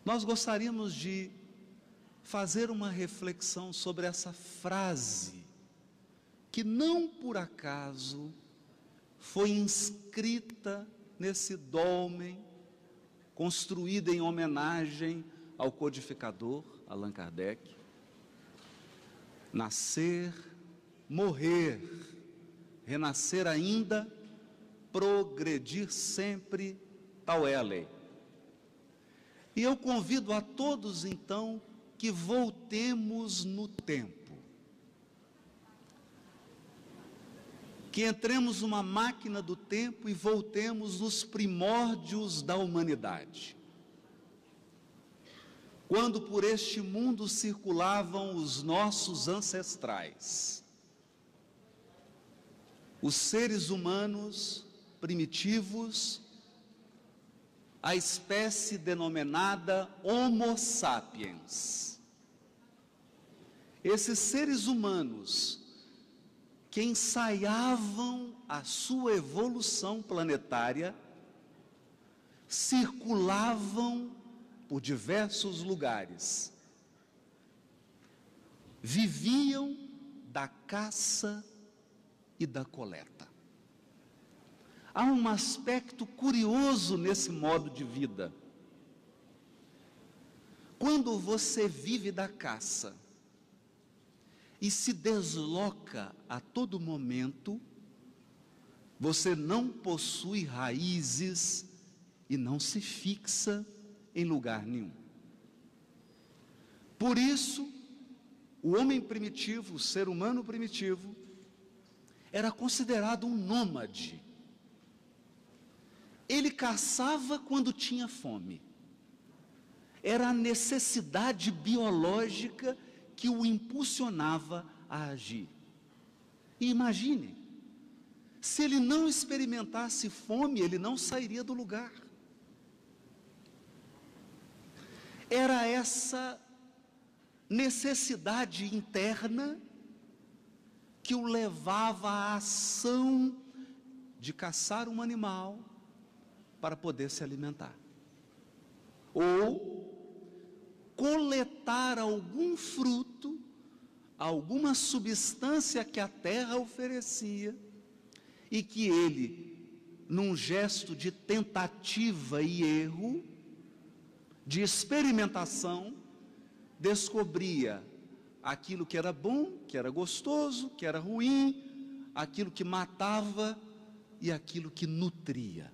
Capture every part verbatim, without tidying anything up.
nós gostaríamos de fazer uma reflexão sobre essa frase, que não por acaso foi inscrita nesse dolmen, construída em homenagem ao codificador Allan Kardec: nascer, morrer, renascer ainda, progredir sempre, tal é a lei. E eu convido a todos então que voltemos no tempo, que entremos numa máquina do tempo e voltemos nos primórdios da humanidade, quando por este mundo circulavam os nossos ancestrais, os seres humanos primitivos, a espécie denominada Homo sapiens. Esses seres humanos que ensaiavam a sua evolução planetária, circulavam por diversos lugares, viviam da caça e da coleta. Há um aspecto curioso nesse modo de vida. Quando você vive da caça e se desloca a todo momento, você não possui raízes e não se fixa em lugar nenhum. Por isso, o homem primitivo, o ser humano primitivo, era considerado um nômade. Ele caçava quando tinha fome. Era a necessidade biológica que o impulsionava a agir. E imagine, se ele não experimentasse fome, ele não sairia do lugar. Era essa necessidade interna que o levava à ação de caçar um animal para poder se alimentar, ou coletar algum fruto, alguma substância que a terra oferecia, e que ele, num gesto de tentativa e erro, de experimentação, descobria aquilo que era bom, que era gostoso, que era ruim, aquilo que matava e aquilo que nutria.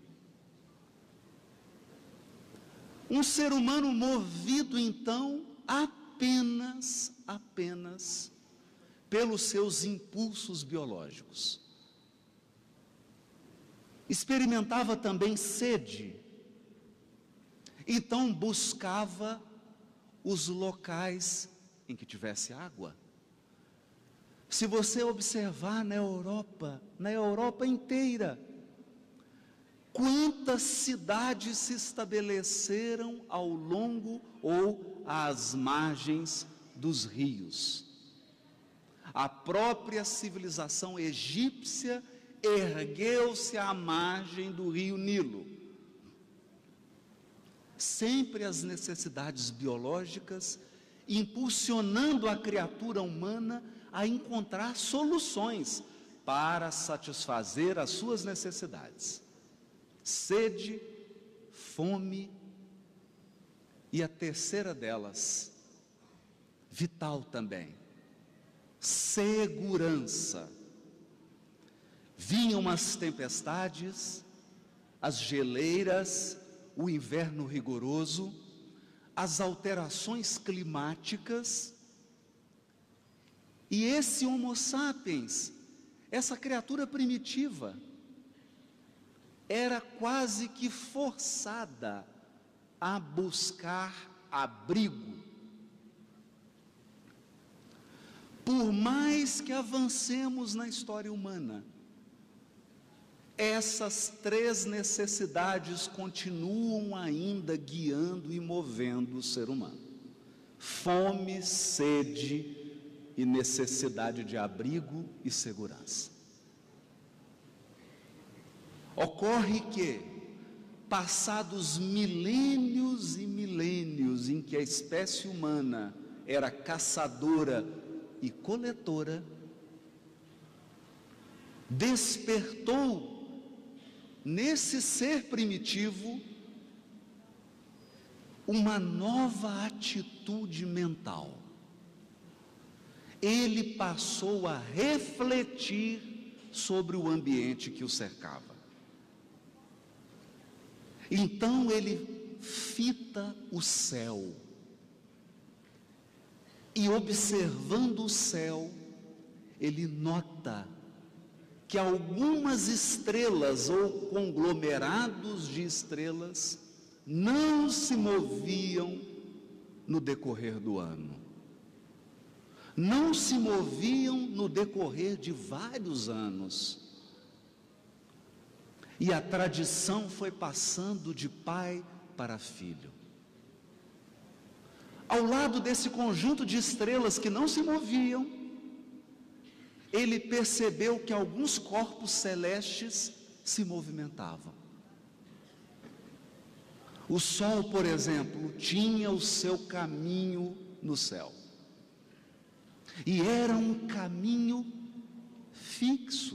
Um ser humano movido então apenas, apenas pelos seus impulsos biológicos. Experimentava também sede, então buscava os locais em que tivesse água. Se você observar na Europa, na Europa inteira, quantas cidades se estabeleceram ao longo ou às margens dos rios. A própria civilização egípcia ergueu-se à margem do rio Nilo. Sempre as necessidades biológicas impulsionando a criatura humana a encontrar soluções para satisfazer as suas necessidades. Sede, fome e a terceira delas, vital também, segurança. Vinham as tempestades, as geleiras, o inverno rigoroso, as alterações climáticas, e esse Homo sapiens, essa criatura primitiva, era quase que forçada a buscar abrigo. Por mais que avancemos na história humana, essas três necessidades continuam ainda guiando e movendo o ser humano: fome, sede e necessidade de abrigo e segurança. Ocorre que, passados milênios e milênios que a espécie humana era caçadora e coletora, despertou nesse ser primitivo uma nova atitude mental. Ele passou a refletir sobre o ambiente que o cercava. Então ele fita o céu e, observando o céu, ele nota que algumas estrelas ou conglomerados de estrelas não se moviam no decorrer do ano. Não se moviam no decorrer de vários anos. E a tradição foi passando de pai para filho. Ao lado desse conjunto de estrelas que não se moviam, ele percebeu que alguns corpos celestes se movimentavam. O sol, por exemplo, tinha o seu caminho no céu. E era um caminho fixo.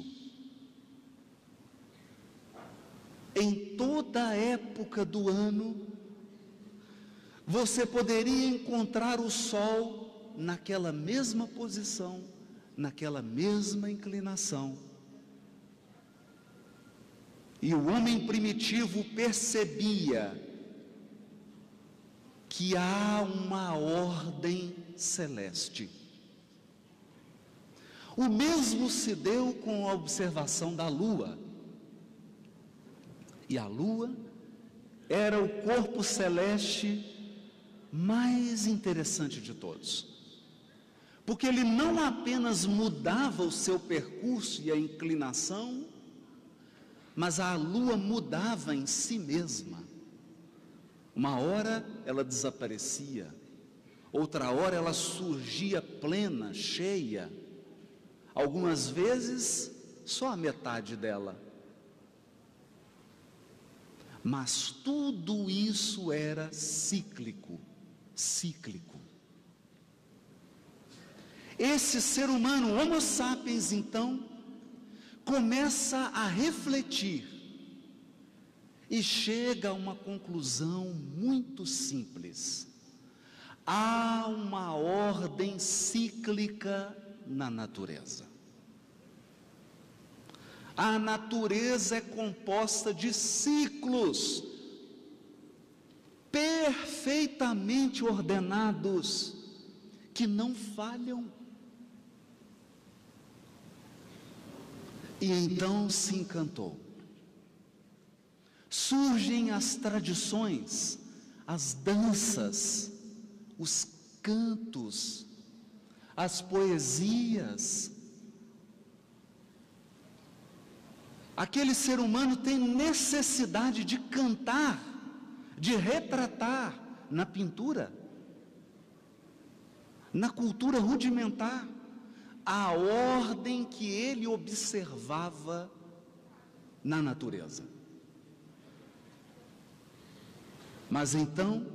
Em toda a época do ano, você poderia encontrar o sol naquela mesma posição, naquela mesma inclinação. E o homem primitivo percebia que há uma ordem celeste. O mesmo se deu com a observação da lua. E a lua era o corpo celeste mais interessante de todos, porque ele não apenas mudava o seu percurso e a inclinação, mas a lua mudava em si mesma. Uma hora ela desaparecia, outra hora ela surgia plena, cheia, algumas vezes só a metade dela. Mas tudo isso era cíclico, cíclico. Esse ser humano, Homo sapiens, então, começa a refletir e chega a uma conclusão muito simples. Há uma ordem cíclica na natureza. A natureza é composta de ciclos perfeitamente ordenados, que não falham. E então se encantou. Surgem as tradições, as danças, os cantos, as poesias. Aquele ser humano tem necessidade de cantar, de retratar na pintura, na cultura rudimentar, a ordem que ele observava na natureza. Mas então,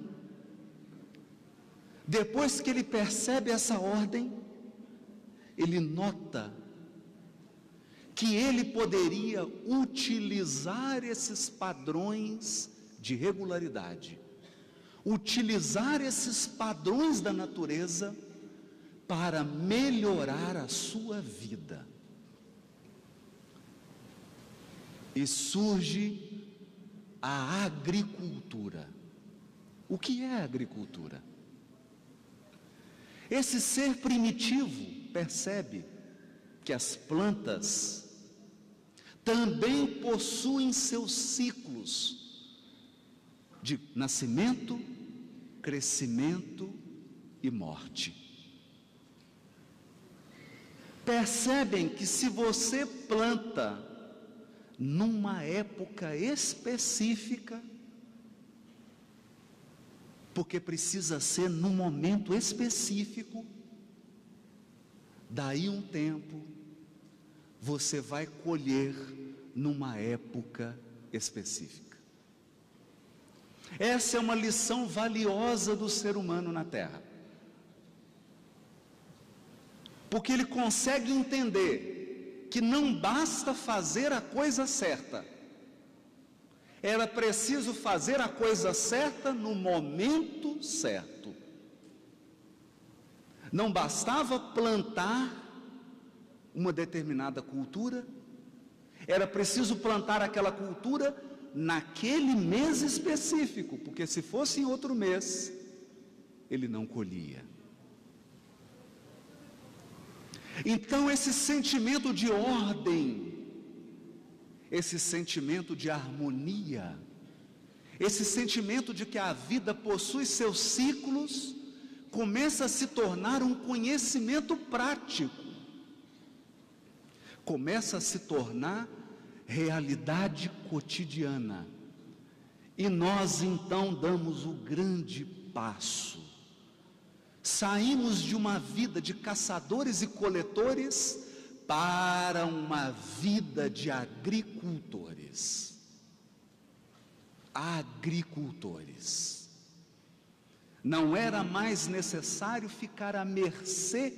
depois que ele percebe essa ordem, ele nota que ele poderia utilizar esses padrões de regularidade, utilizar esses padrões da natureza para melhorar a sua vida. E surge a agricultura. O que é a agricultura? Esse ser primitivo percebe que as plantas também possuem seus ciclos de nascimento, crescimento e morte. Percebem que se você planta numa época específica, porque precisa ser num momento específico, daí um tempo você vai colher numa época específica. Essa é uma lição valiosa do ser humano na Terra. Porque ele consegue entender que não basta fazer a coisa certa, era preciso fazer a coisa certa no momento certo. Não bastava plantar uma determinada cultura, era preciso plantar aquela cultura naquele mês específico, porque se fosse em outro mês, ele não colhia. Então esse sentimento de ordem, esse sentimento de harmonia, esse sentimento de que a vida possui seus ciclos, começa a se tornar um conhecimento prático, começa a se tornar realidade cotidiana. E nós então damos o grande passo. Saímos de uma vida de caçadores e coletores para uma vida de agricultores. Agricultores. Não era mais necessário ficar à mercê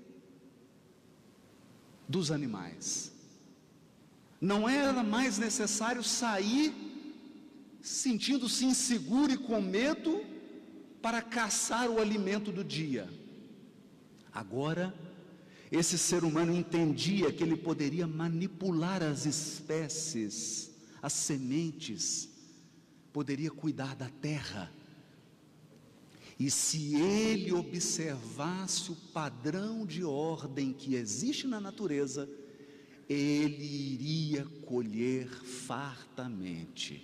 dos animais. Não era mais necessário sair sentindo-se inseguro e com medo para caçar o alimento do dia. Agora, esse ser humano entendia que ele poderia manipular as espécies, as sementes, poderia cuidar da terra. E se ele observasse o padrão de ordem que existe na natureza, ele iria colher fartamente.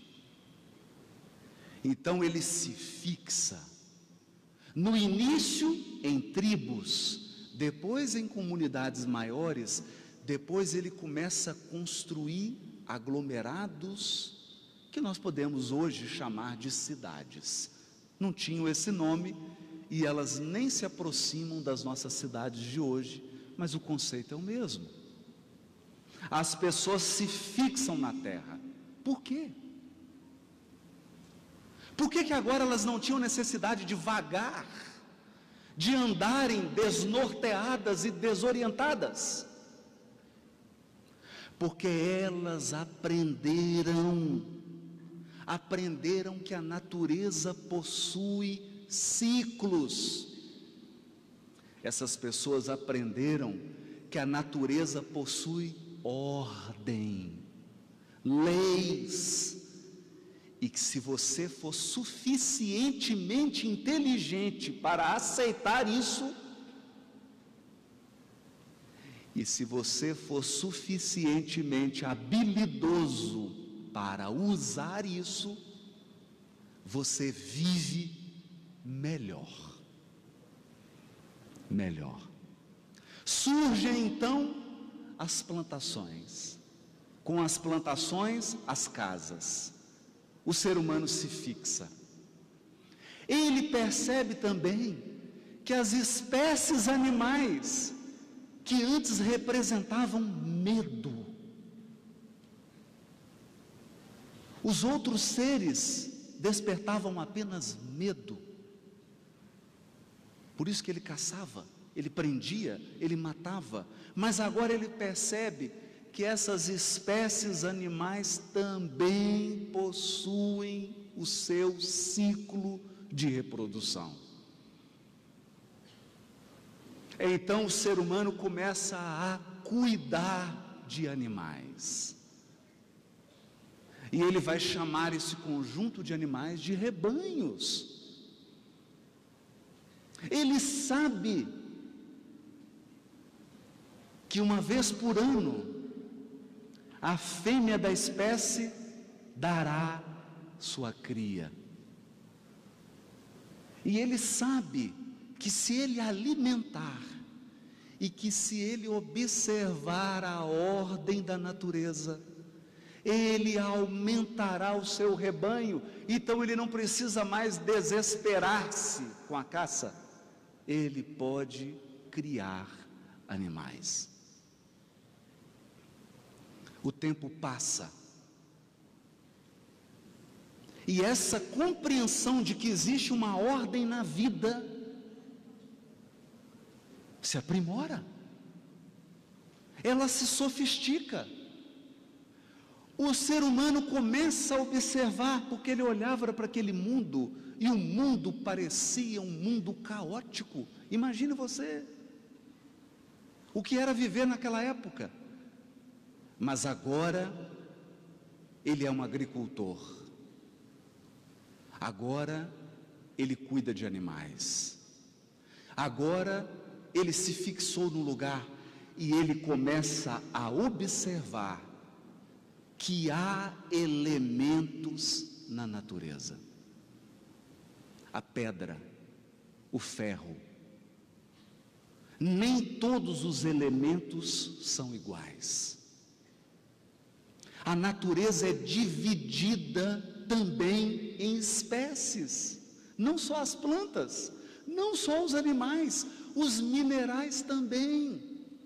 Então ele se fixa, no início em tribos, depois em comunidades maiores, depois ele começa a construir aglomerados que nós podemos hoje chamar de cidades. Não tinham esse nome e elas nem se aproximam das nossas cidades de hoje, mas o conceito é o mesmo. As pessoas se fixam na terra. Por quê? Por que que agora elas não tinham necessidade de vagar, de andarem desnorteadas e desorientadas? Porque elas aprenderam, aprenderam que a natureza possui ciclos. Essas pessoas aprenderam que a natureza possui ordem, leis, e que se você for suficientemente inteligente para aceitar isso, e se você for suficientemente habilidoso para usar isso, você vive melhor. Melhor. Surgem então as plantações. Com as plantações, as casas. O ser humano se fixa. Ele percebe também que as espécies animais que antes representavam medo, os outros seres despertavam apenas medo. Por isso que ele caçava, ele prendia, ele matava. Mas agora ele percebe que essas espécies animais também possuem o seu ciclo de reprodução. Então o ser humano começa a cuidar de animais. E ele vai chamar esse conjunto de animais de rebanhos. Ele sabe que uma vez por ano, a fêmea da espécie dará sua cria. E ele sabe que se ele alimentar e que se ele observar a ordem da natureza, ele aumentará o seu rebanho. Então ele não precisa mais desesperar-se com a caça. Ele pode criar animais. O tempo passa. E essa compreensão de que existe uma ordem na vida se aprimora, ela se sofistica. O ser humano começa a observar, porque ele olhava para aquele mundo, e o mundo parecia um mundo caótico. Imagine você, o que era viver naquela época. Mas agora, ele é um agricultor. Agora, ele cuida de animais. Agora, ele se fixou no lugar e ele começa a observar que há elementos na natureza. A pedra, o ferro. Nem todos os elementos são iguais. A natureza é dividida também em espécies. Não só as plantas, não só os animais, os minerais também.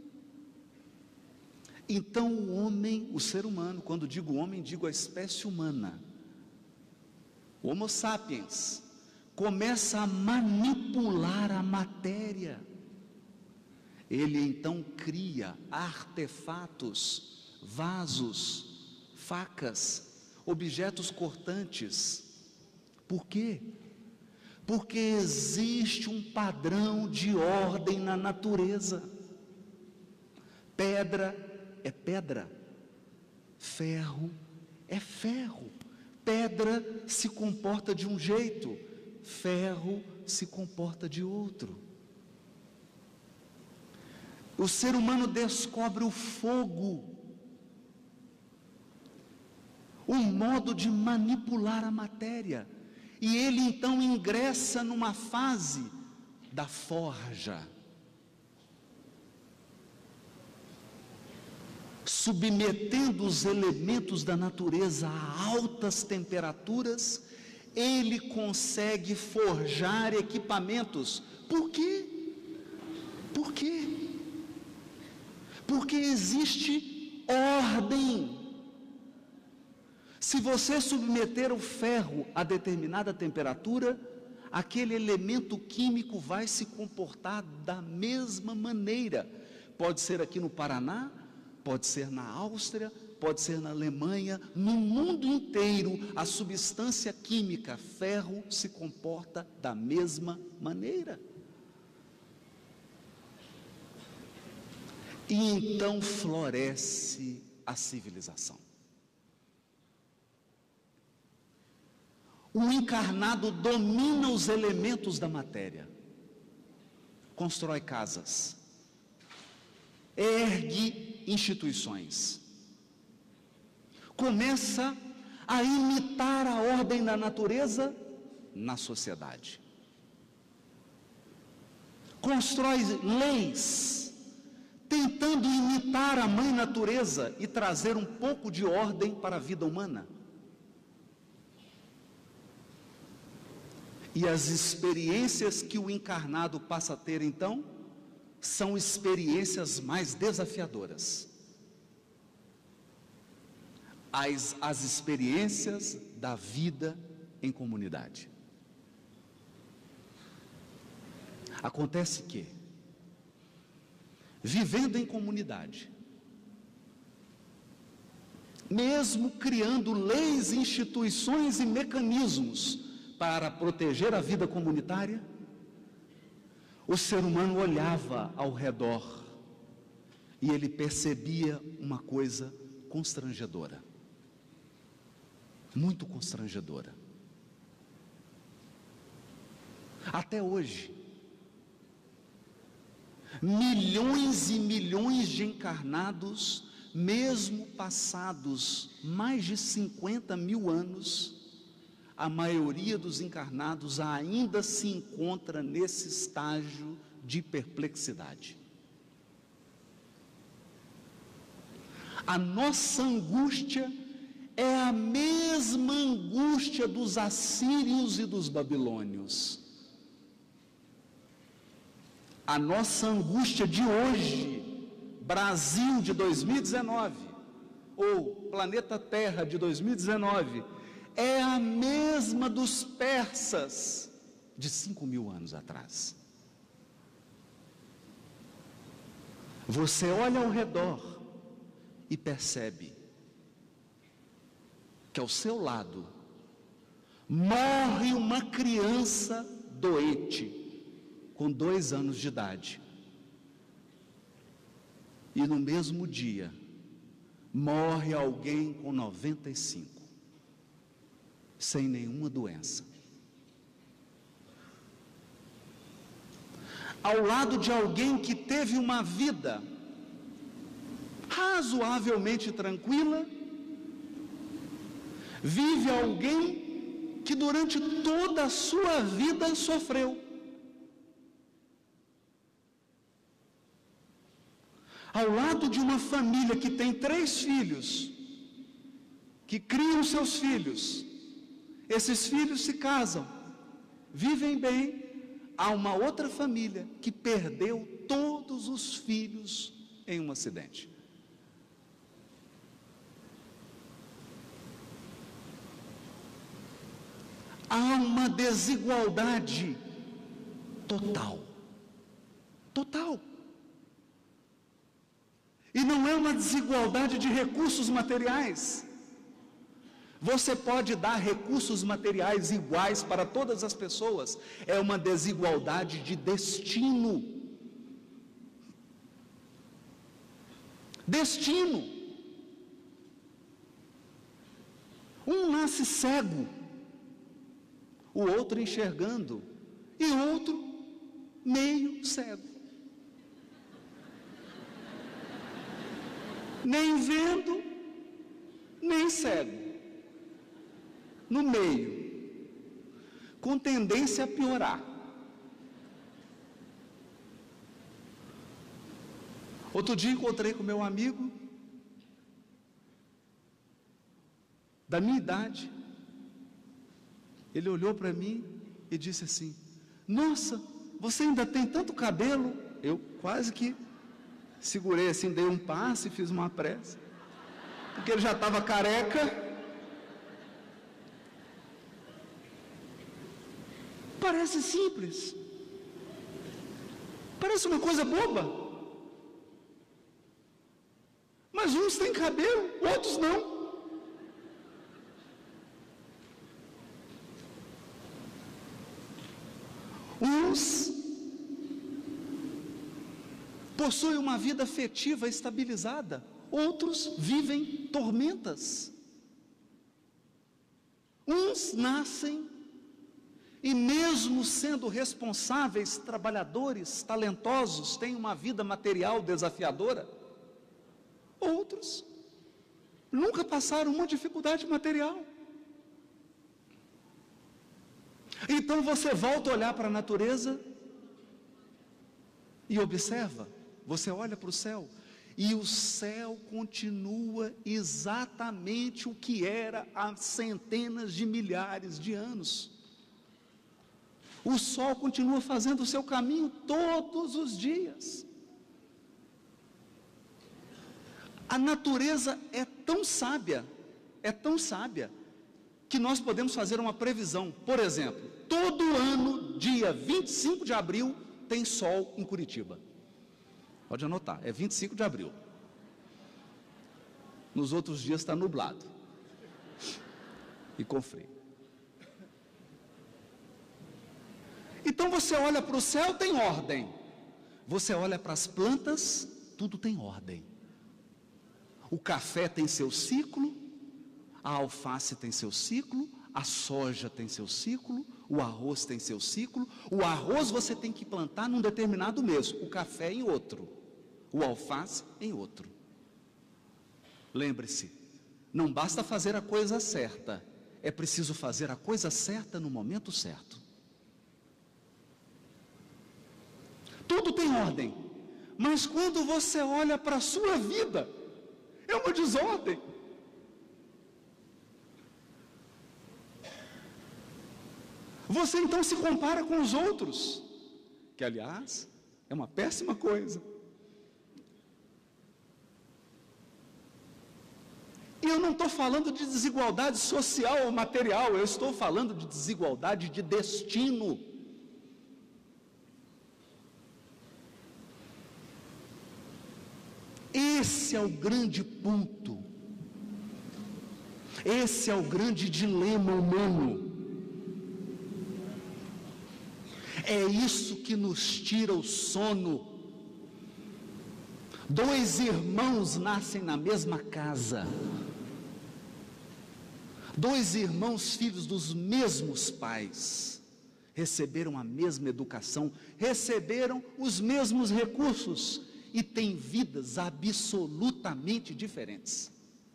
Então o homem, o ser humano, quando digo homem, digo a espécie humana, o Homo sapiens, começa a manipular a matéria. Ele então cria artefatos, vasos, facas, objetos cortantes. Por quê? Porque existe um padrão de ordem na natureza. Pedra é pedra, ferro é ferro. Pedra se comporta de um jeito, ferro se comporta de outro. O ser humano descobre o fogo, um modo de manipular a matéria, e ele então ingressa numa fase da forja, submetendo os elementos da natureza a altas temperaturas. Ele consegue forjar equipamentos. Por quê? Por quê? Porque existe ordem. Se você submeter o ferro a determinada temperatura, aquele elemento químico vai se comportar da mesma maneira. Pode ser aqui no Paraná, pode ser na Áustria, pode ser na Alemanha, no mundo inteiro, a substância química ferro se comporta da mesma maneira. E então floresce a civilização. O encarnado domina os elementos da matéria, constrói casas, ergue instituições, começa a imitar a ordem da natureza na sociedade, constrói leis, tentando imitar a mãe natureza e trazer um pouco de ordem para a vida humana. E as experiências que o encarnado passa a ter, então, são experiências mais desafiadoras. As, as experiências da vida em comunidade. Acontece que, vivendo em comunidade, mesmo criando leis, instituições e mecanismos para proteger a vida comunitária, o ser humano olhava ao redor e ele percebia uma coisa constrangedora, muito constrangedora. Até hoje, milhões e milhões de encarnados, mesmo passados mais de cinquenta mil anos, a maioria dos encarnados ainda se encontra nesse estágio de perplexidade. A nossa angústia é a mesma angústia dos assírios e dos babilônios. A nossa angústia de hoje, Brasil de dois mil e dezenove, ou planeta Terra de dois mil e dezenove, é a mesma dos persas de cinco mil anos atrás. Você olha ao redor e percebe que ao seu lado morre uma criança doente, com dois anos de idade. E no mesmo dia, morre alguém com noventa e cinco, sem nenhuma doença. Ao lado de alguém que teve uma vida razoavelmente tranquila, vive alguém que durante toda a sua vida sofreu. Ao lado de uma família que tem três filhos, que criam seus filhos, esses filhos se casam, vivem bem, há uma outra família que perdeu todos os filhos em um acidente. Há uma desigualdade total, total. E não é uma desigualdade de recursos materiais. Você pode dar recursos materiais iguais para todas as pessoas, é uma desigualdade de destino. Destino. Um nasce cego, o outro enxergando, e o outro meio cego. Nem vendo, nem cego. No meio, com tendência a piorar. Outro dia encontrei com meu amigo, da minha idade. Ele olhou para mim e disse assim: nossa, você ainda tem tanto cabelo? Eu quase que segurei assim, dei um passo e fiz uma prece, porque ele já estava careca. Parece simples, parece uma coisa boba, mas uns têm cabelo, outros não. Uns possuem uma vida afetiva estabilizada, outros vivem tormentas. Uns nascem e mesmo sendo responsáveis, trabalhadores, talentosos, têm uma vida material desafiadora. Outros nunca passaram uma dificuldade material. Então você volta a olhar para a natureza e observa, você olha para o céu, e o céu continua exatamente o que era há centenas de milhares de anos. O sol continua fazendo o seu caminho todos os dias. A natureza é tão sábia, é tão sábia, que nós podemos fazer uma previsão. Por exemplo, todo ano, dia vinte e cinco de abril, tem sol em Curitiba. Pode anotar, é vinte e cinco de abril. Nos outros dias está nublado e com frio. Então você olha para o céu, tem ordem. Você olha para as plantas, tudo tem ordem. O café tem seu ciclo, a alface tem seu ciclo, a soja tem seu ciclo, o arroz tem seu ciclo. O arroz você tem que plantar num determinado mês, o café em outro, o alface em outro. Lembre-se, não basta fazer a coisa certa, é preciso fazer a coisa certa no momento certo. Tudo tem ordem, mas quando você olha para a sua vida, é uma desordem. Você então se compara com os outros, que aliás é uma péssima coisa. E eu não estou falando de desigualdade social ou material, eu estou falando de desigualdade de destino. Esse é o grande ponto. Esse é o grande dilema humano. É isso que nos tira o sono. Dois irmãos nascem na mesma casa. Dois irmãos, filhos dos mesmos pais, receberam a mesma educação, receberam os mesmos recursos e têm vidas absolutamente diferentes.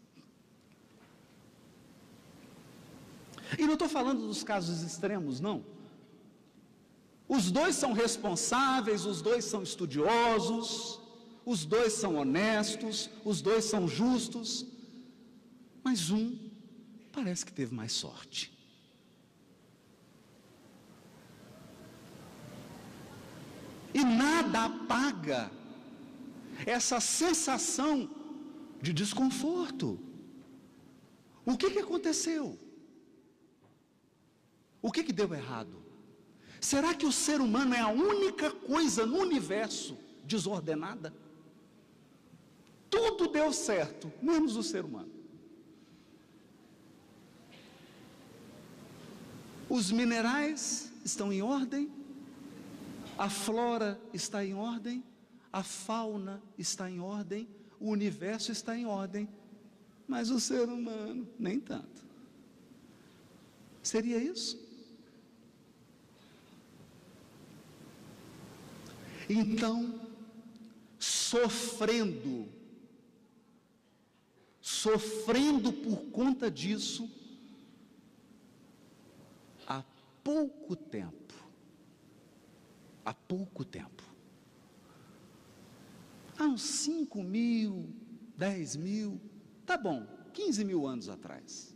E não estou falando dos casos extremos, não. Os dois são responsáveis, os dois são estudiosos, os dois são honestos, os dois são justos, mas um parece que teve mais sorte. E nada apaga essa sensação de desconforto. O que que aconteceu? O que que deu errado? Será que o ser humano é a única coisa no universo desordenada? Tudo deu certo, menos o ser humano. Os minerais estão em ordem, a flora está em ordem, a fauna está em ordem, o universo está em ordem, mas o ser humano, nem tanto. Seria isso? Então, sofrendo, sofrendo por conta disso, há pouco tempo, há pouco tempo, há uns cinco mil, dez mil, tá bom, quinze mil anos atrás,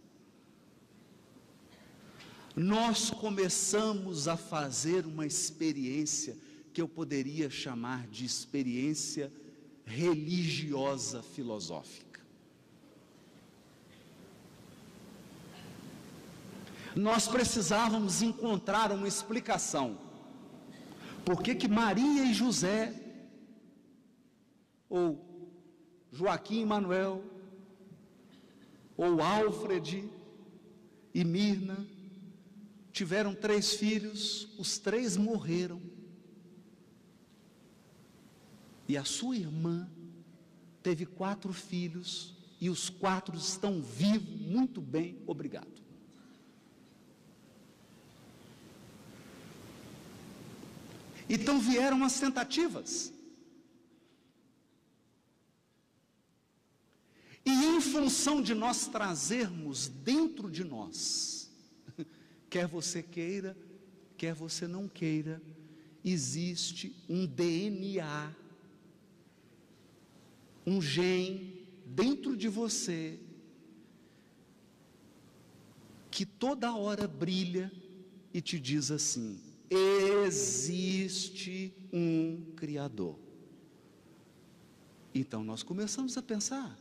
nós começamos a fazer uma experiência que eu poderia chamar de experiência religiosa filosófica. Nós precisávamos encontrar uma explicação. Por que que Maria e José, ou Joaquim e Manuel, ou Alfred e Mirna, tiveram três filhos, os três morreram. E a sua irmã teve quatro filhos, e os quatro estão vivos, muito bem, obrigado. Então vieram as tentativas. E em função de nós trazermos dentro de nós, quer você queira, quer você não queira, existe um D N A, um gene dentro de você, que toda hora brilha e te diz assim: existe um Criador. Então nós começamos a pensar: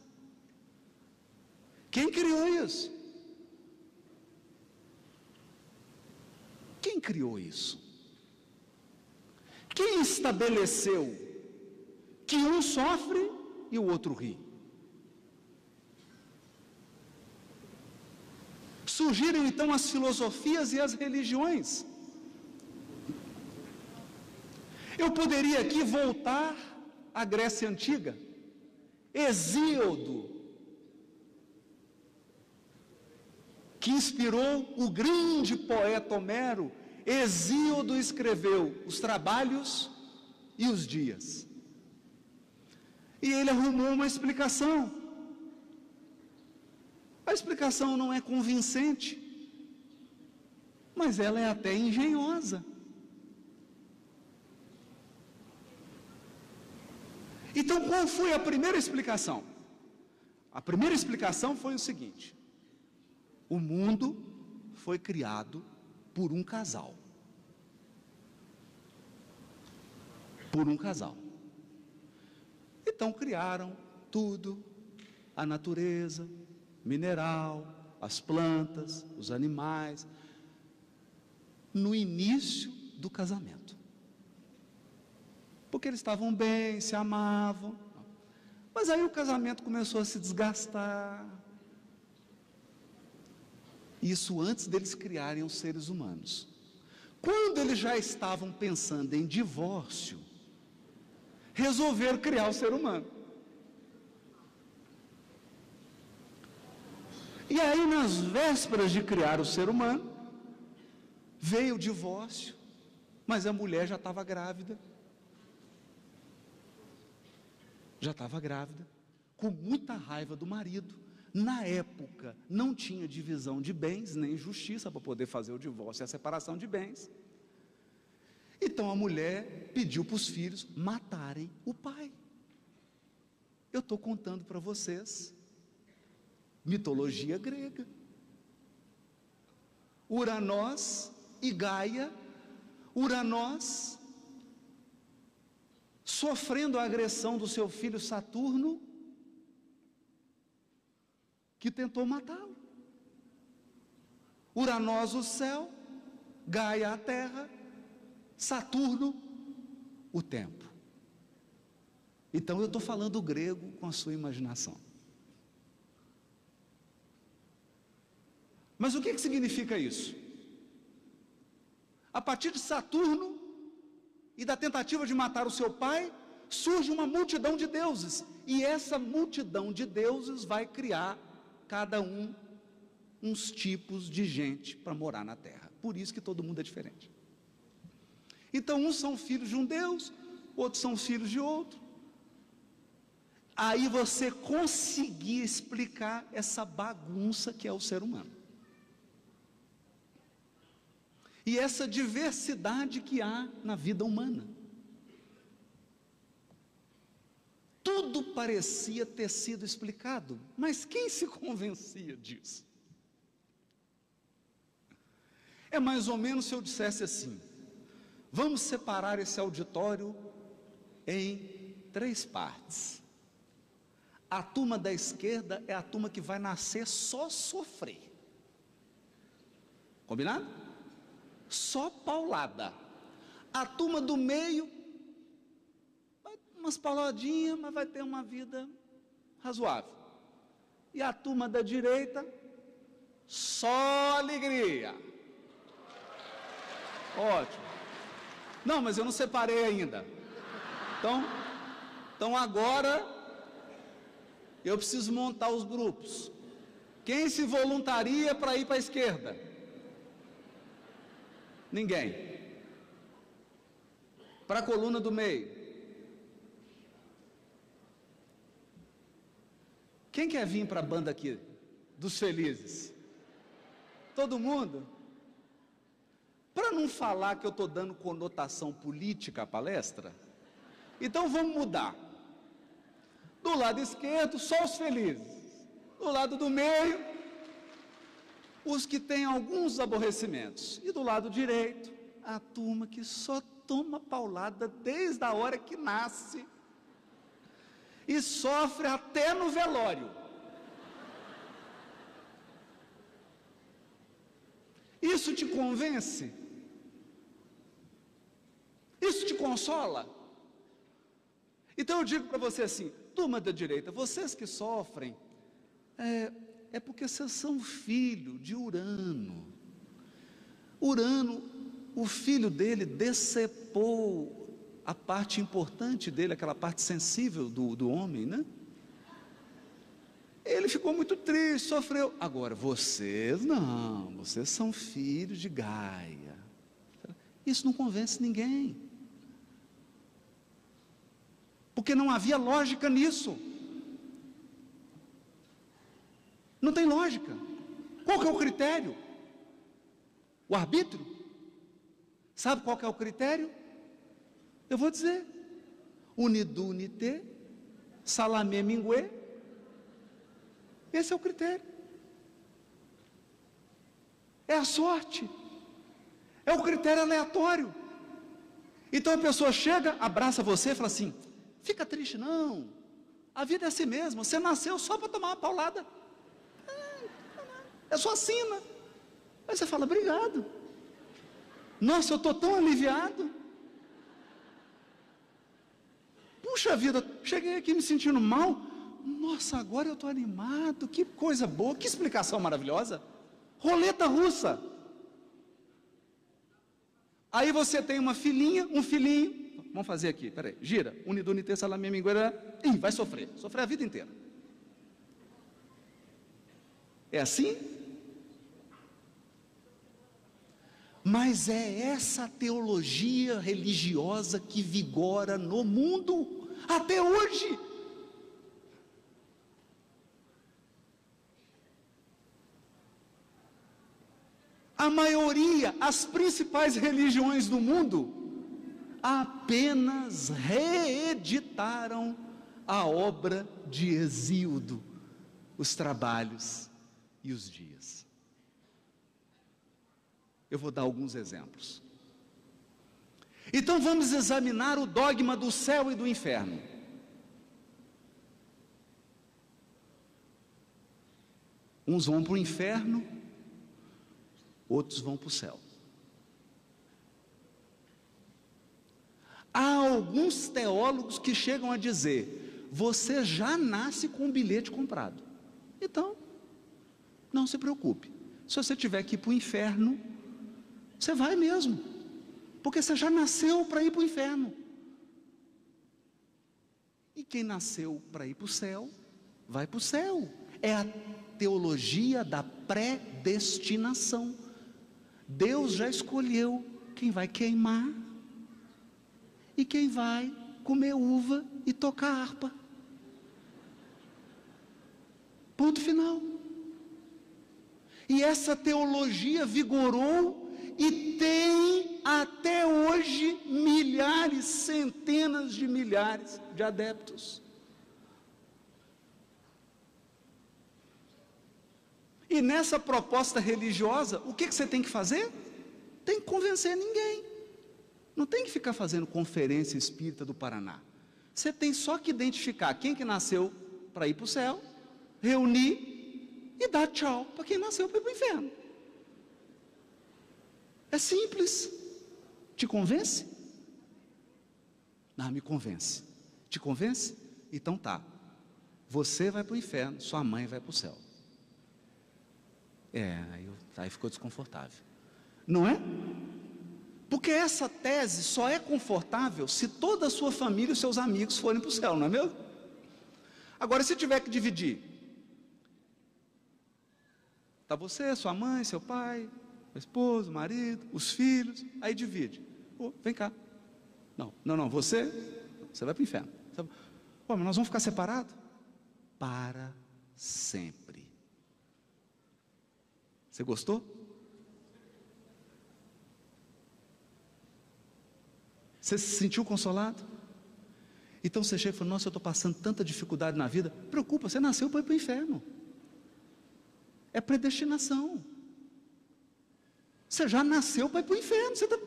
quem criou isso? Quem criou isso? Quem estabeleceu que um sofre e o outro ri? Surgiram então as filosofias e as religiões. Eu poderia aqui voltar à Grécia Antiga. Hesíodo, que inspirou o grande poeta Homero, Hesíodo escreveu os Trabalhos e os Dias. E ele arrumou uma explicação. A explicação não é convincente, mas ela é até engenhosa. Então, qual foi a primeira explicação? A primeira explicação foi o seguinte: o mundo foi criado por um casal. Por um casal. Então criaram tudo, a natureza, mineral, as plantas, os animais, no início do casamento. Porque eles estavam bem, se amavam. Mas aí o casamento começou a se desgastar. Isso antes deles criarem os seres humanos. Quando eles já estavam pensando em divórcio, resolveram criar o ser humano. E aí, nas vésperas de criar o ser humano, veio o divórcio, mas a mulher já estava grávida. Já estava grávida, com muita raiva do marido. Na época, não tinha divisão de bens, nem justiça para poder fazer o divórcio e a separação de bens. Então a mulher pediu para os filhos matarem o pai. Eu estou contando para vocês, mitologia grega. Uranós e Gaia, Uranós sofrendo a agressão do seu filho Saturno, que tentou matá-lo. Uranós o céu, Gaia a terra, Saturno o tempo. Então eu estou falando grego com a sua imaginação. Mas o que, que significa isso? A partir de Saturno e da tentativa de matar o seu pai, surge uma multidão de deuses, e essa multidão de deuses vai criar cada um uns tipos de gente para morar na terra. Por isso que todo mundo é diferente. Então uns são filhos de um deus, outros são filhos de outro. Aí você conseguir explicar essa bagunça que é o ser humano. E essa diversidade que há na vida humana. Tudo parecia ter sido explicado, mas quem se convencia disso? É mais ou menos se eu dissesse assim: vamos separar esse auditório em três partes. A turma da esquerda é a turma que vai nascer só sofrer. Combinado? Só paulada. A turma do meio, vai umas pauladinhas, mas vai ter uma vida razoável. E a turma da direita, só alegria. Ótimo. Não, mas eu não separei ainda. Então, então agora eu preciso montar os grupos. Quem se voluntaria para ir para a esquerda? Ninguém. Para a coluna do meio. Quem quer vir para a banda aqui dos felizes? Todo mundo? Para não falar que eu estou dando conotação política à palestra, então vamos mudar. Do lado esquerdo, só os felizes. Do lado do meio, os que têm alguns aborrecimentos. E do lado direito, a turma que só toma paulada desde a hora que nasce e sofre até no velório. Isso te convence? Isso te consola? Então eu digo para você assim: turma da direita, vocês que sofrem, é, é porque vocês são filho de Urano. Urano, o filho dele decepou a parte importante dele, aquela parte sensível do, do homem, né? Ele ficou muito triste, sofreu. Agora, vocês não, vocês são filhos de Gaia. Isso não convence ninguém. Porque não havia lógica nisso. Não tem lógica. Qual que é o critério? O arbítrio? Sabe qual que é o critério? Eu vou dizer: unidu unité, salamé mingué. Esse é o critério. É a sorte. É o critério aleatório. Então a pessoa chega, abraça você e fala assim: fica triste não, a vida é assim mesmo, você nasceu só para tomar uma paulada. é só assina. Aí você fala, obrigado. Nossa, eu estou tão aliviado. Puxa vida, cheguei aqui me sentindo mal. Nossa, agora eu estou animado. Que coisa boa, que explicação maravilhosa. Roleta russa. Aí você tem uma filhinha, um filhinho. Vamos fazer aqui, peraí, gira. Unidunite salamia mingueira. Ih, vai sofrer, sofrer a vida inteira. É assim? Mas é essa teologia religiosa que vigora no mundo até hoje. A maioria, as principais religiões do mundo, apenas reeditaram a obra de Hesíodo, os trabalhos e os dias. Eu vou dar alguns exemplos. Então vamos examinar o dogma do céu e do inferno. Uns vão para o inferno, outros vão para o céu. Há alguns teólogos que chegam a dizer, você já nasce com um bilhete comprado. Então, não se preocupe. Se você tiver que ir para o inferno, você vai mesmo. Porque você já nasceu para ir para o inferno. E quem nasceu para ir para o céu, vai para o céu. É a teologia da predestinação. Deus já escolheu quem vai queimar e quem vai comer uva e tocar harpa. Ponto final. E essa teologia vigorou e tem até hoje milhares, centenas de milhares de adeptos. E nessa proposta religiosa, o que, que você tem que fazer? Tem que convencer ninguém. Não tem que ficar fazendo conferência espírita do Paraná. Você tem só que identificar quem que nasceu para ir para o céu, reunir e dar tchau para quem nasceu para ir para o inferno. É simples. Te convence? Não, me convence. Te convence? Então tá. Você vai para o inferno, sua mãe vai para o céu. É, aí, aí ficou desconfortável. Não é? Porque essa tese só é confortável se toda a sua família e os seus amigos forem para o céu, não é mesmo? Agora, se tiver que dividir, está você, sua mãe, seu pai, a esposa, o marido, os filhos, aí divide. Oh, vem cá. Não, não, não, você, você vai para o inferno. Oh, mas nós vamos ficar separados? Para sempre. Você gostou? Você se sentiu consolado? Então você chega e fala, nossa, eu estou passando tanta dificuldade na vida. Preocupa, você nasceu para ir para o inferno. É predestinação. Você já nasceu para ir para o inferno. Você tá...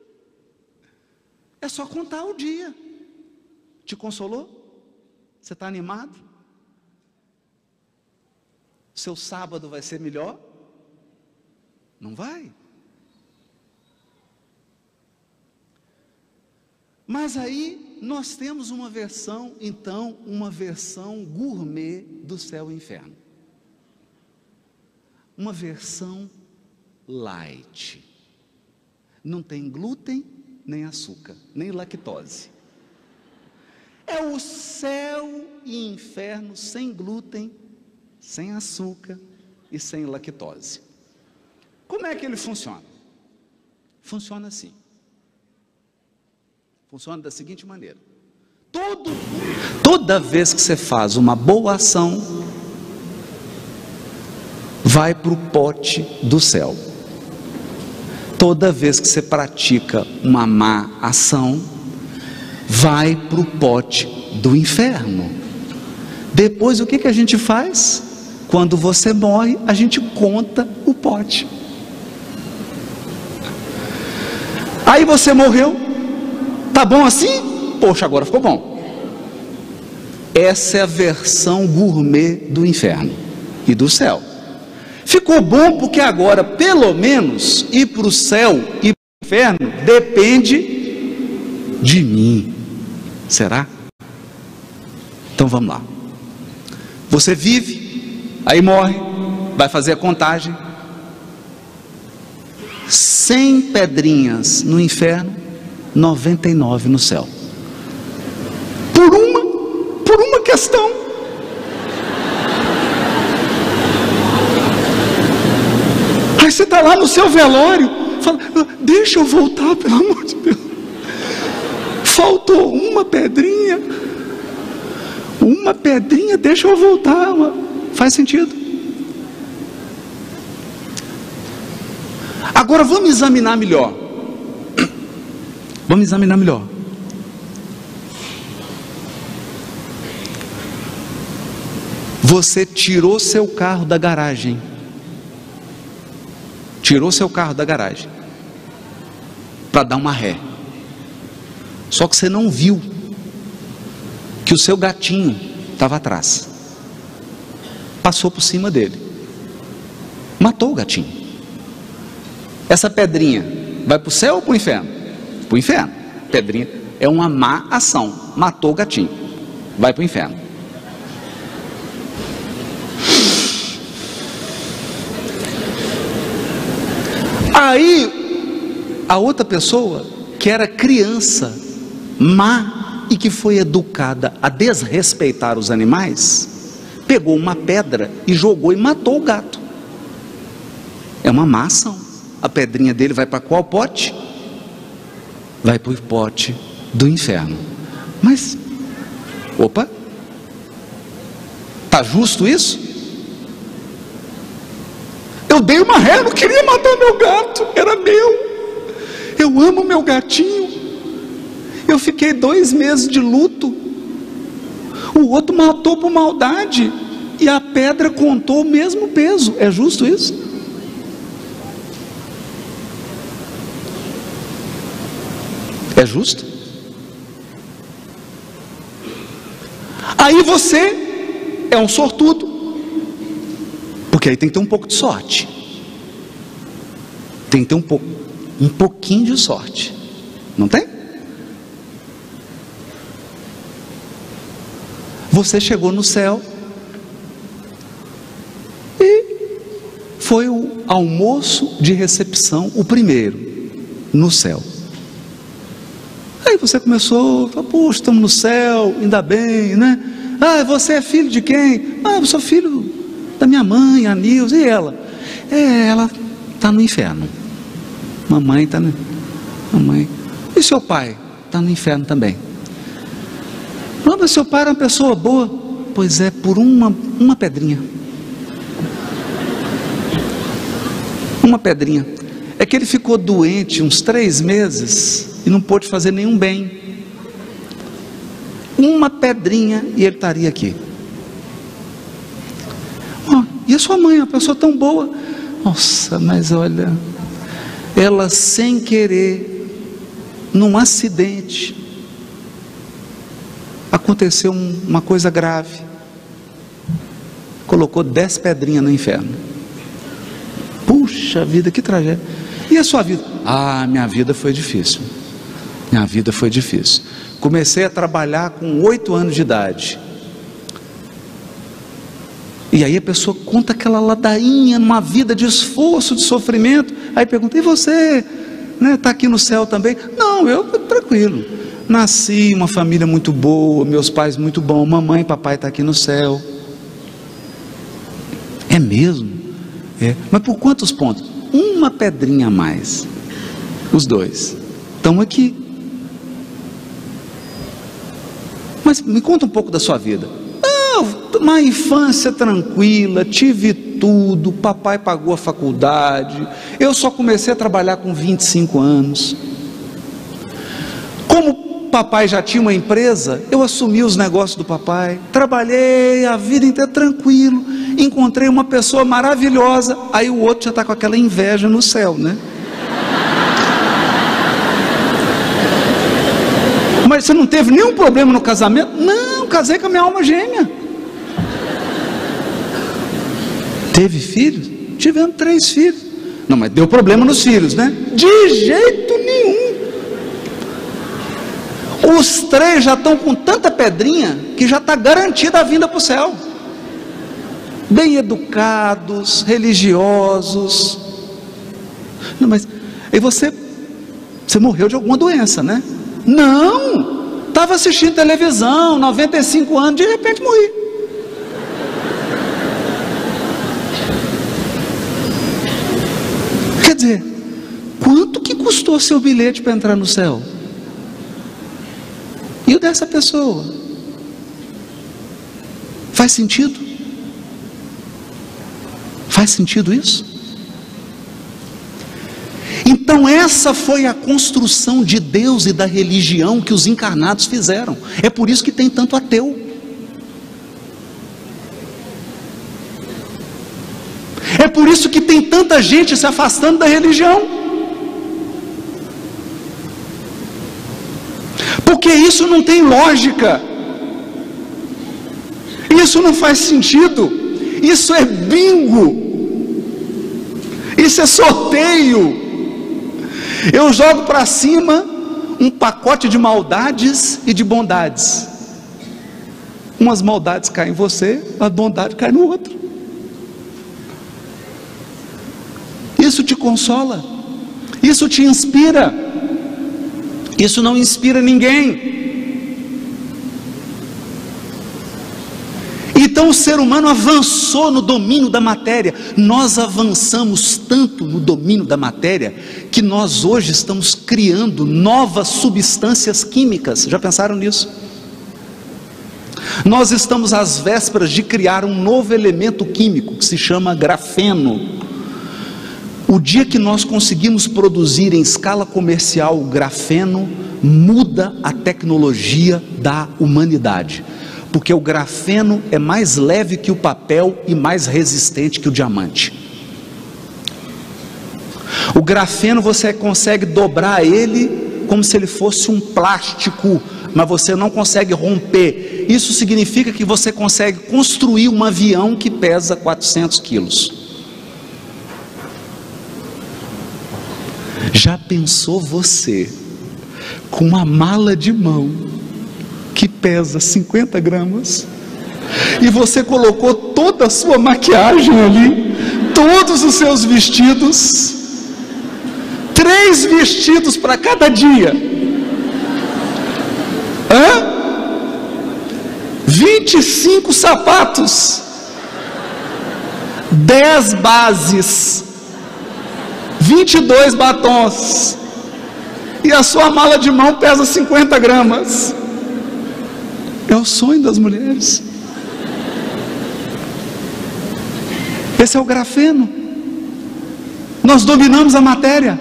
É só contar o dia. Te consolou? Você está animado? Seu sábado vai ser melhor? Não vai. Mas aí nós temos uma versão, então, uma versão gourmet do céu e inferno. Uma versão light. Não tem glúten, nem açúcar, nem lactose. É o céu e inferno sem glúten, sem açúcar e sem lactose. Como é que ele funciona? Funciona assim. Funciona da seguinte maneira. Todo, toda vez que você faz uma boa ação, vai para o pote do céu. Toda vez que você pratica uma má ação, vai para o pote do inferno. Depois o que, que a gente faz? Quando você morre, a gente conta o pote. Aí você morreu, tá bom assim? Poxa, agora ficou bom. Essa é a versão gourmet do inferno e do céu. Ficou bom porque agora, pelo menos, ir para o céu e para o inferno depende de mim. Será? Então vamos lá. Você vive, aí morre, vai fazer a contagem. cem pedrinhas no inferno, noventa e nove no céu. Por uma, por uma questão. Aí você está lá no seu velório, fala, deixa eu voltar, pelo amor de Deus. Faltou uma pedrinha, uma pedrinha, deixa eu voltar. Faz sentido? Agora vamos examinar melhor. Vamos examinar melhor. Você tirou seu carro da garagem. Tirou seu carro da garagem para dar uma ré. Só que você não viu que o seu gatinho estava atrás. Passou por cima dele. Matou o gatinho. Essa pedrinha vai para o céu ou para o inferno? Para o inferno. Pedrinha é uma má ação. Matou o gatinho. Vai para o inferno. Aí, a outra pessoa, que era criança, má e que foi educada a desrespeitar os animais, pegou uma pedra e jogou e matou o gato. É uma má ação. A pedrinha dele vai para qual pote? Vai para o pote do inferno. Mas, opa, tá justo isso? Eu dei uma ré, não queria matar meu gato, era meu. Eu amo meu gatinho. Eu fiquei dois meses de luto. O outro matou por maldade e a pedra contou o mesmo peso. É justo isso? É justo? Aí você é um sortudo, porque aí tem que ter um pouco de sorte. Tem que ter um pouco, um pouquinho de sorte. Não tem? Você chegou no céu e foi o almoço de recepção, o primeiro no céu. Aí você começou, falou, puxa, estamos no céu, ainda bem, né? Ah, você é filho de quem? Ah, eu sou filho da minha mãe, a Nilza. E ela? É, ela está no inferno. Mamãe está no... Mamãe. E seu pai? Está no inferno também. Não, mas seu pai era uma pessoa boa. Pois é, por uma, uma pedrinha. Uma pedrinha. É que ele ficou doente uns três meses e não pôde fazer nenhum bem. Uma pedrinha e ele estaria aqui. Oh, e a sua mãe, uma pessoa tão boa. Nossa, mas olha, ela sem querer, num acidente, aconteceu um, uma coisa grave. Colocou dez pedrinhas no inferno. Puxa vida, que tragédia. E a sua vida? Ah, minha vida foi difícil. Minha vida foi difícil. Comecei a trabalhar com oito anos de idade. E aí a pessoa conta aquela ladainha, numa vida de esforço, de sofrimento. Aí pergunta, e você? Né, tá aqui no céu também? Não, eu tranquilo. Nasci em uma família muito boa, meus pais muito bons, mamãe e papai tá aqui no céu. É mesmo? É. Mas por quantos pontos? Uma pedrinha a mais. Os dois estão aqui. Mas me conta um pouco da sua vida. Ah, uma infância tranquila, tive tudo, papai pagou a faculdade, eu só comecei a trabalhar com vinte e cinco anos. Como papai já tinha uma empresa, eu assumi os negócios do papai, trabalhei a vida inteira tranquilo, encontrei uma pessoa maravilhosa, aí o outro já está com aquela inveja no céu, né? Mas você não teve nenhum problema no casamento? Não, casei com a minha alma gêmea. Teve filhos? tivemos três filhos. Não, mas deu problema nos filhos, né? De jeito nenhum. Os três já estão com tanta pedrinha que já está garantida a vinda para o céu. Bem educados, religiosos. Não, mas aí você, você morreu de alguma doença, né? Não, estava assistindo televisão, noventa e cinco anos, de repente morri. Quer dizer, quanto que custou seu bilhete para entrar no céu? E o dessa pessoa? Faz sentido? Faz sentido isso? Então essa foi a construção de Deus e da religião que os encarnados fizeram. É por isso que tem tanto ateu. É por isso que tem tanta gente se afastando da religião. Porque isso não tem lógica. Isso não faz sentido. Isso é bingo. Isso é sorteio. Eu jogo para cima um pacote de maldades e de bondades. Umas maldades caem em você, a bondade cai no outro. Isso te consola, isso te inspira, isso não inspira ninguém. Então o ser humano avançou no domínio da matéria. Nós avançamos tanto no domínio da matéria que nós hoje estamos criando novas substâncias químicas. Já pensaram nisso? Nós estamos às vésperas de criar um novo elemento químico que se chama grafeno. O dia que nós conseguimos produzir em escala comercial o grafeno, muda a tecnologia da humanidade. Porque o grafeno é mais leve que o papel e mais resistente que o diamante. O grafeno você consegue dobrar ele como se ele fosse um plástico, mas você não consegue romper. Isso significa que você consegue construir um avião que pesa quatrocentos quilos. Já pensou você com uma mala de mão que pesa cinquenta gramas e você colocou toda a sua maquiagem ali, todos os seus vestidos, três vestidos para cada dia, hã? vinte e cinco sapatos, dez bases, vinte e dois batons, e a sua mala de mão pesa cinquenta gramas. É o sonho das mulheres. Esse é o grafeno. Nós dominamos a matéria.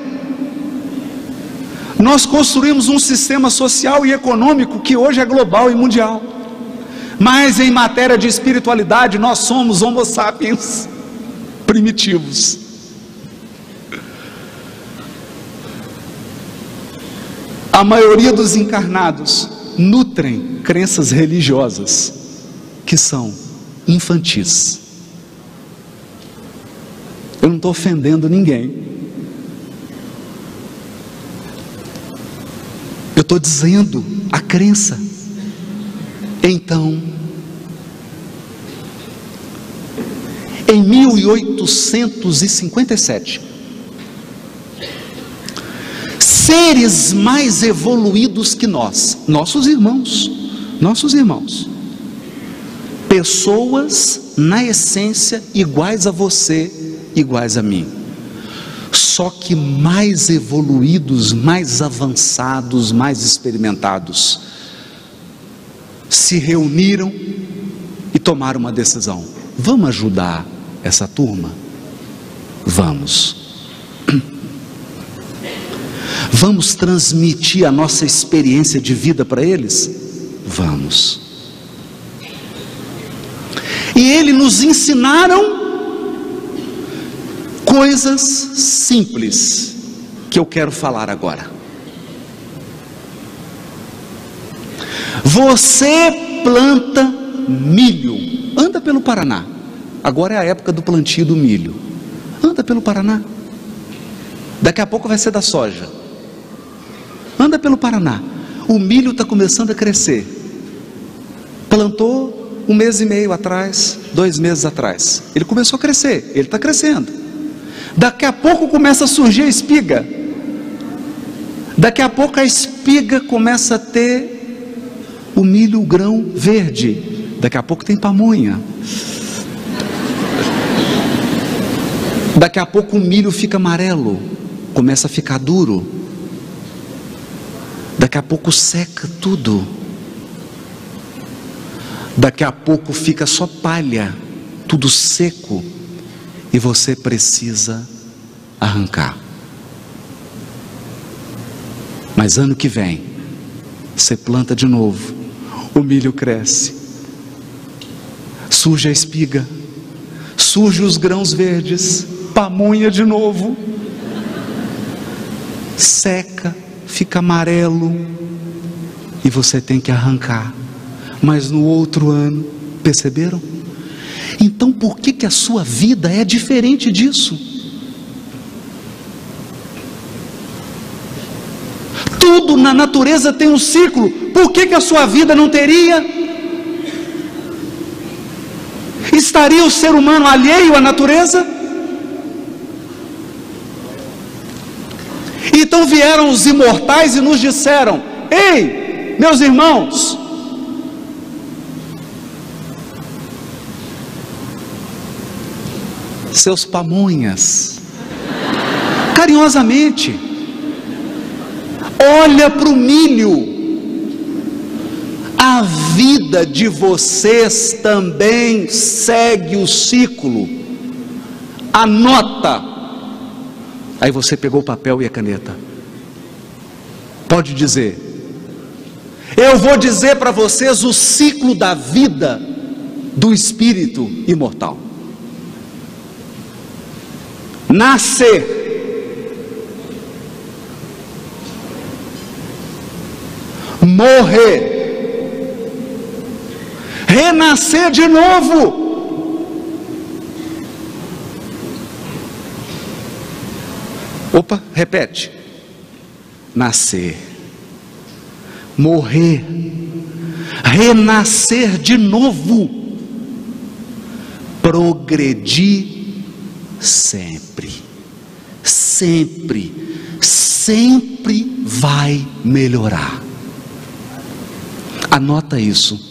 Nós construímos um sistema social e econômico que hoje é global e mundial. Mas em matéria de espiritualidade nós somos homo sapiens primitivos. A maioria dos encarnados nutrem crenças religiosas que são infantis. Eu não estou ofendendo ninguém. Eu estou dizendo a crença. Então, em mil oitocentos e cinquenta e sete, seres mais evoluídos que nós, nossos irmãos, nossos irmãos, pessoas na essência iguais a você, iguais a mim, só que mais evoluídos, mais avançados, mais experimentados, se reuniram e tomaram uma decisão: vamos ajudar essa turma? Vamos. Vamos transmitir a nossa experiência de vida para eles? Vamos. E eles nos ensinaram coisas simples que eu quero falar agora. Você planta milho, anda pelo Paraná, agora é a época do plantio do milho. pelo Paraná. Daqui a pouco vai ser da soja. Anda pelo Paraná. O milho está começando a crescer. Plantou um mês e meio atrás, dois meses atrás. Ele começou a crescer, ele está crescendo. Daqui a pouco começa a surgir a espiga. Daqui a pouco a espiga começa a ter o milho, o grão verde. Daqui a pouco tem pamonha. Daqui a pouco o milho fica amarelo, começa a ficar duro. Daqui a pouco seca tudo. Daqui a pouco fica só palha, tudo seco, e você precisa arrancar. Mas ano que vem, você planta de novo, o milho cresce, surge a espiga, surge os grãos verdes, pamonha de novo, seca, fica amarelo, e você tem que arrancar. Mas no outro ano, perceberam? Então por que que a sua vida é diferente disso? Tudo na natureza tem um ciclo. Por que que a sua vida não teria? Estaria o ser humano alheio à natureza? Então vieram os imortais e nos disseram: ei, meus irmãos, seus pamonhas, carinhosamente, olha para o milho. A vida de vocês também segue o ciclo. Anota. Aí você pegou o papel e a caneta. Pode dizer. Eu vou dizer para vocês o ciclo da vida do espírito imortal. Nascer, morrer, renascer de novo. Opa, repete. Nascer, morrer, renascer de novo, progredir sempre, sempre, sempre vai melhorar. Anota isso.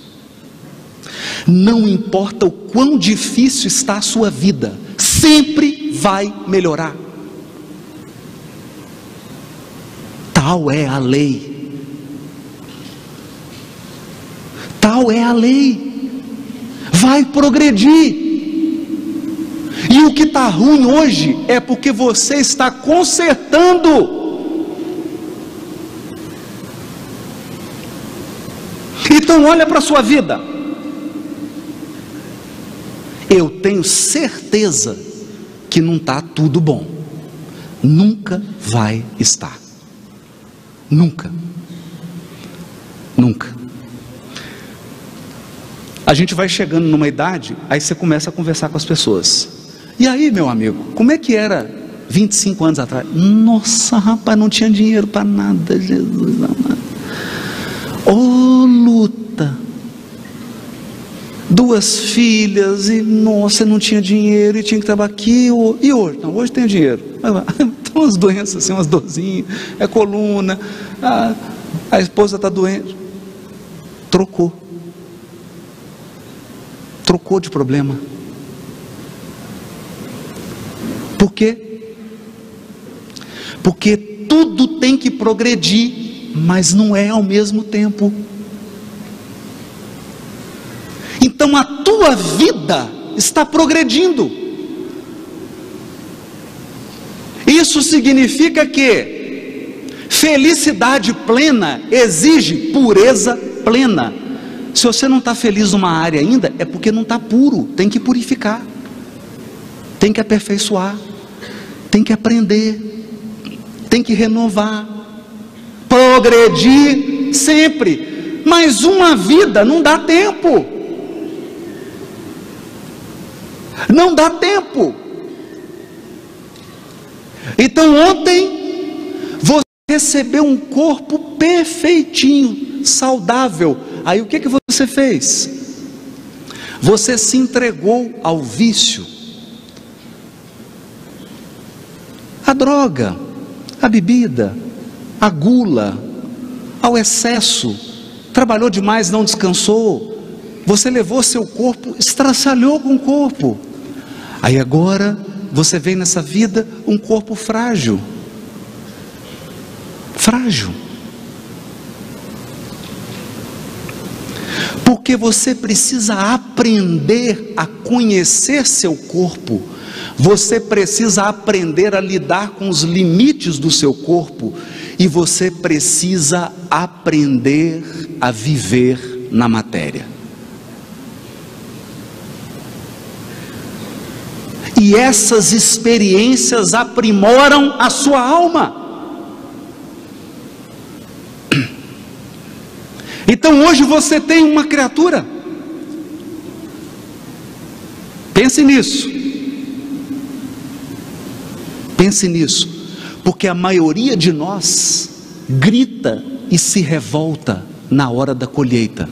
Não importa o quão difícil está a sua vida, sempre vai melhorar. Tal é a lei. Tal é a lei. Vai progredir. E o que está ruim hoje é porque você está consertando. Então olha para a sua vida. Eu tenho certeza que não está tudo bom. Nunca vai estar. Nunca. Nunca. A gente vai chegando numa idade, aí você começa a conversar com as pessoas. E aí, meu amigo, como é que era vinte e cinco anos atrás? Nossa, rapaz, não tinha dinheiro para nada, Jesus amado. Ô luta. Duas filhas e, nossa, não tinha dinheiro e tinha que trabalhar aqui. E hoje? Não, hoje tem dinheiro. Tem umas doenças assim, umas dorzinhas, é coluna, a, a esposa está doente. Trocou. Trocou de problema. Por quê? Porque tudo tem que progredir, mas não é ao mesmo tempo. Então a tua vida está progredindo. Isso significa que felicidade plena exige pureza plena. Se você não está feliz numa área ainda, é porque não está puro. Tem que purificar, tem que aperfeiçoar, tem que aprender, tem que renovar, progredir sempre. Mas uma vida não dá tempo. Não dá tempo. Então ontem você recebeu um corpo perfeitinho, saudável. Aí o que que você fez? Você se entregou ao vício, à droga, à bebida, à gula, ao excesso. Trabalhou demais, não descansou. Você levou seu corpo, estraçalhou com o corpo. Aí agora você vem nessa vida um corpo frágil. Frágil. Porque você precisa aprender a conhecer seu corpo. Você precisa aprender a lidar com os limites do seu corpo. E você precisa aprender a viver na matéria. E essas experiências aprimoram a sua alma. Então hoje você tem uma criatura. Pense nisso. Pense nisso. Porque a maioria de nós grita e se revolta na hora da colheita,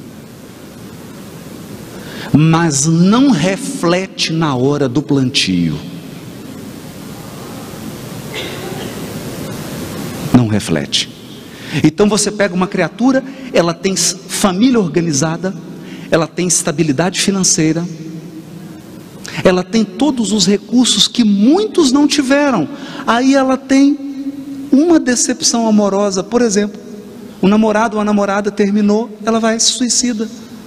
mas não reflete na hora do plantio. Não reflete. Então você pega uma criatura, ela tem família organizada, ela tem estabilidade financeira, ela tem todos os recursos que muitos não tiveram. Aí ela tem uma decepção amorosa, por exemplo, o namorado ou a namorada terminou, ela vai se suicida.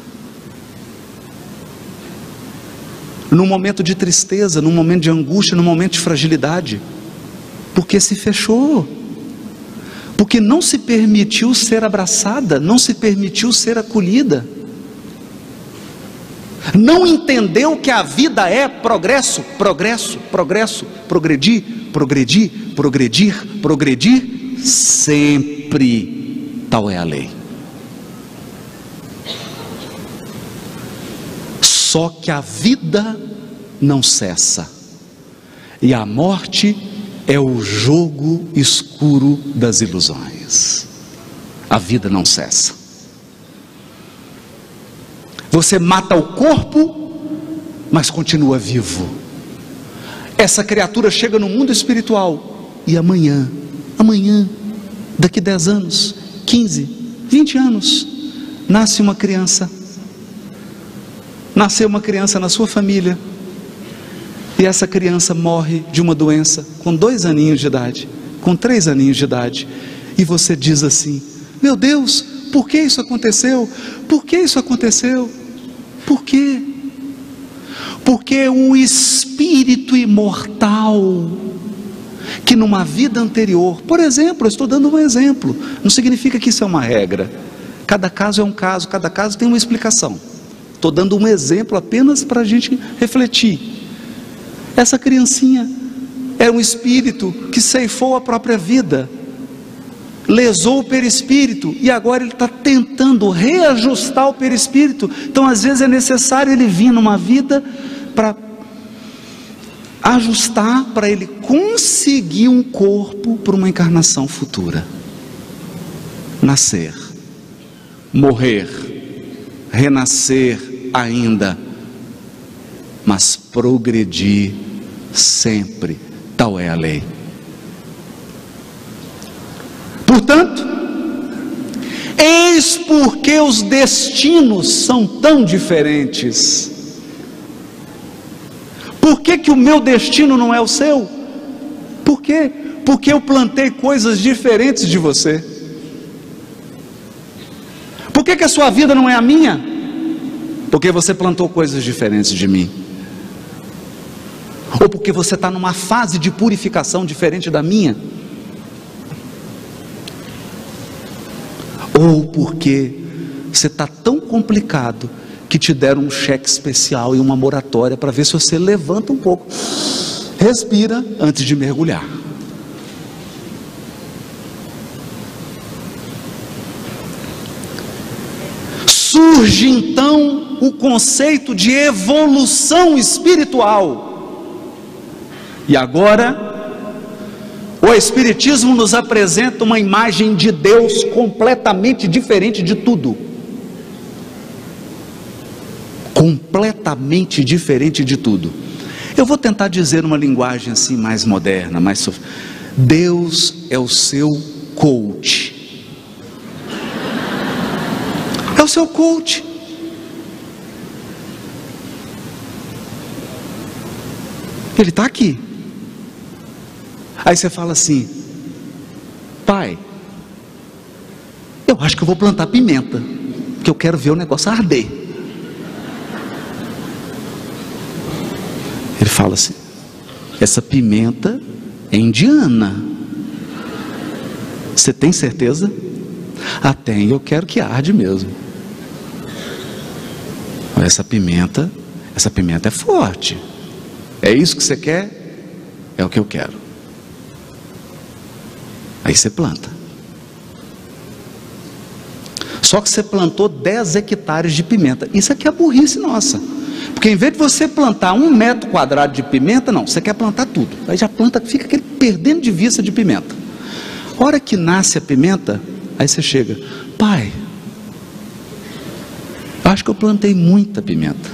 Num momento de tristeza, num momento de angústia, num momento de fragilidade, porque se fechou, porque não se permitiu ser abraçada, não se permitiu ser acolhida, não entendeu que a vida é progresso, progresso, progresso, progredir, progredir, progredir, progredir, sempre, tal é a lei. Só que a vida não cessa, e a morte é o jogo escuro das ilusões. A vida não cessa. Você mata o corpo, mas continua vivo. Essa criatura chega no mundo espiritual, e amanhã, amanhã, daqui dez anos, quinze, vinte anos, nasce uma criança. Nasceu uma criança na sua família, e essa criança morre de uma doença com dois aninhos de idade, com três aninhos de idade, e você diz assim: meu Deus, por que isso aconteceu? Por que isso aconteceu? Por quê? Porque o espírito imortal, que numa vida anterior, por exemplo, eu estou dando um exemplo, não significa que isso é uma regra, cada caso é um caso, cada caso tem uma explicação. Estou dando um exemplo apenas para a gente refletir. Essa criancinha era um espírito que ceifou a própria vida, lesou o perispírito, e agora ele está tentando reajustar o perispírito. Então às vezes é necessário ele vir numa vida para ajustar, para ele conseguir um corpo para uma encarnação futura. Nascer, morrer, renascer ainda, mas progredir sempre, tal é a lei. Portanto, eis porque os destinos são tão diferentes. Por que que o meu destino não é o seu? Por quê? Porque eu plantei coisas diferentes de você. Por que que a sua vida não é a minha? Porque você plantou coisas diferentes de mim. Ou porque você está numa fase de purificação diferente da minha. Ou porque você está tão complicado que te deram um cheque especial e uma moratória para ver se você levanta um pouco, respira antes de mergulhar. Surge então o conceito de evolução espiritual. E agora O Espiritismo nos apresenta uma imagem de Deus completamente diferente de tudo. Completamente diferente de tudo. Eu vou tentar dizer uma linguagem assim mais moderna, mais sof... Deus é o seu coach. É o seu coach. Ele está aqui. Aí você fala assim: pai, eu acho que eu vou plantar pimenta, porque eu quero ver o negócio arder. Ele fala assim: essa pimenta é indiana. Você tem certeza? Ah, tem, eu quero que arde mesmo. Essa pimenta, essa pimenta é forte. É isso que você quer? É o que eu quero. Aí você planta. Só que você plantou dez hectares de pimenta. Isso aqui é burrice nossa. Porque em vez de você plantar um metro quadrado de pimenta, não, você quer plantar tudo. Aí já planta, fica aquele perdendo de vista de pimenta. A hora que nasce a pimenta, aí você chega: pai, acho que eu plantei muita pimenta.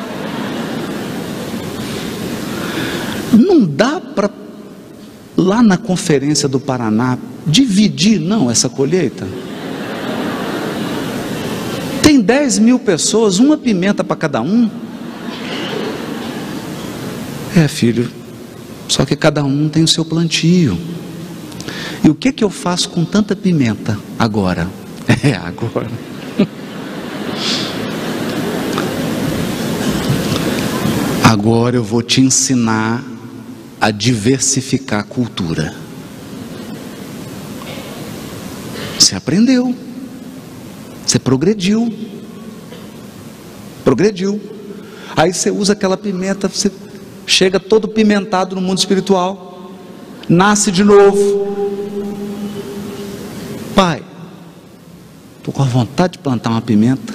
Não dá para, lá na conferência do Paraná, dividir não essa colheita? Tem dez mil pessoas, uma pimenta para cada um. É, filho, só que cada um tem o seu plantio. E o que que eu faço com tanta pimenta agora? É, agora. Agora eu vou te ensinar a diversificar a cultura. Você aprendeu, você progrediu, progrediu. Aí você usa aquela pimenta, você chega todo pimentado no mundo espiritual, nasce de novo. Pai, estou com vontade de plantar uma pimenta.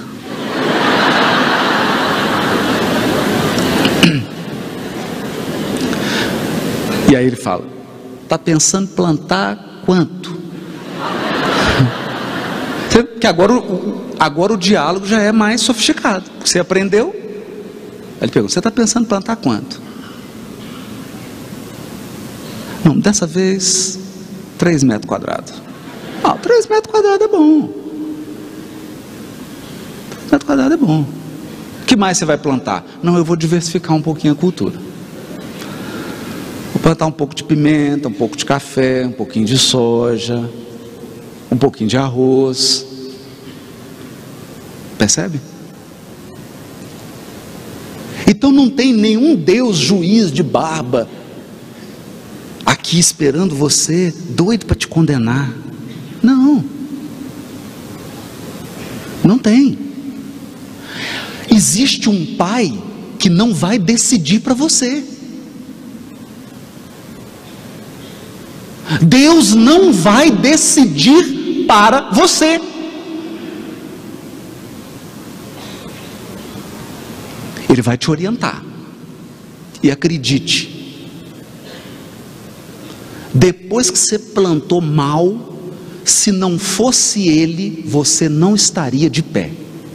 E aí ele fala: está pensando em plantar quanto? Porque agora, agora o diálogo já é mais sofisticado. Você aprendeu? Aí ele pergunta: você está pensando em plantar quanto? Não, dessa vez três metros quadrados. Ah, três metros quadrados é bom. três metros quadrados é bom. O que mais você vai plantar? Não, eu vou diversificar um pouquinho a cultura. Vou plantar um pouco de pimenta, um pouco de café, um pouquinho de soja, um pouquinho de arroz. Percebe? Então não tem nenhum Deus juiz de barba aqui esperando você, doido para te condenar. Não. Não tem. Existe um pai que não vai decidir para você. Deus não vai decidir para você. Ele vai te orientar. E acredite, depois que você plantou mal, se não fosse Ele, você não estaria de pé.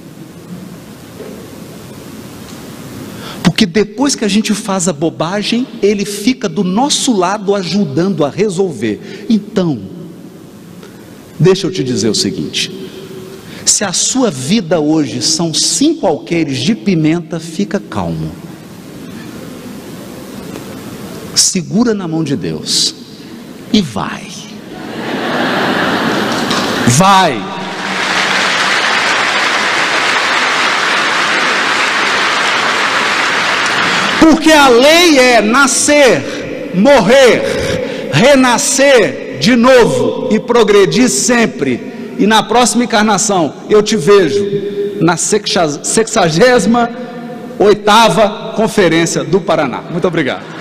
Porque depois que a gente faz a bobagem, Ele fica do nosso lado ajudando a resolver. Então, deixa eu te dizer o seguinte: se a sua vida hoje são cinco alqueires de pimenta, fica calmo. Segura na mão de Deus e vai. Vai. Porque a lei é nascer, morrer, renascer de novo e progredir sempre. E na próxima encarnação eu te vejo na sexagésima oitava conferência do Paraná. Muito obrigado.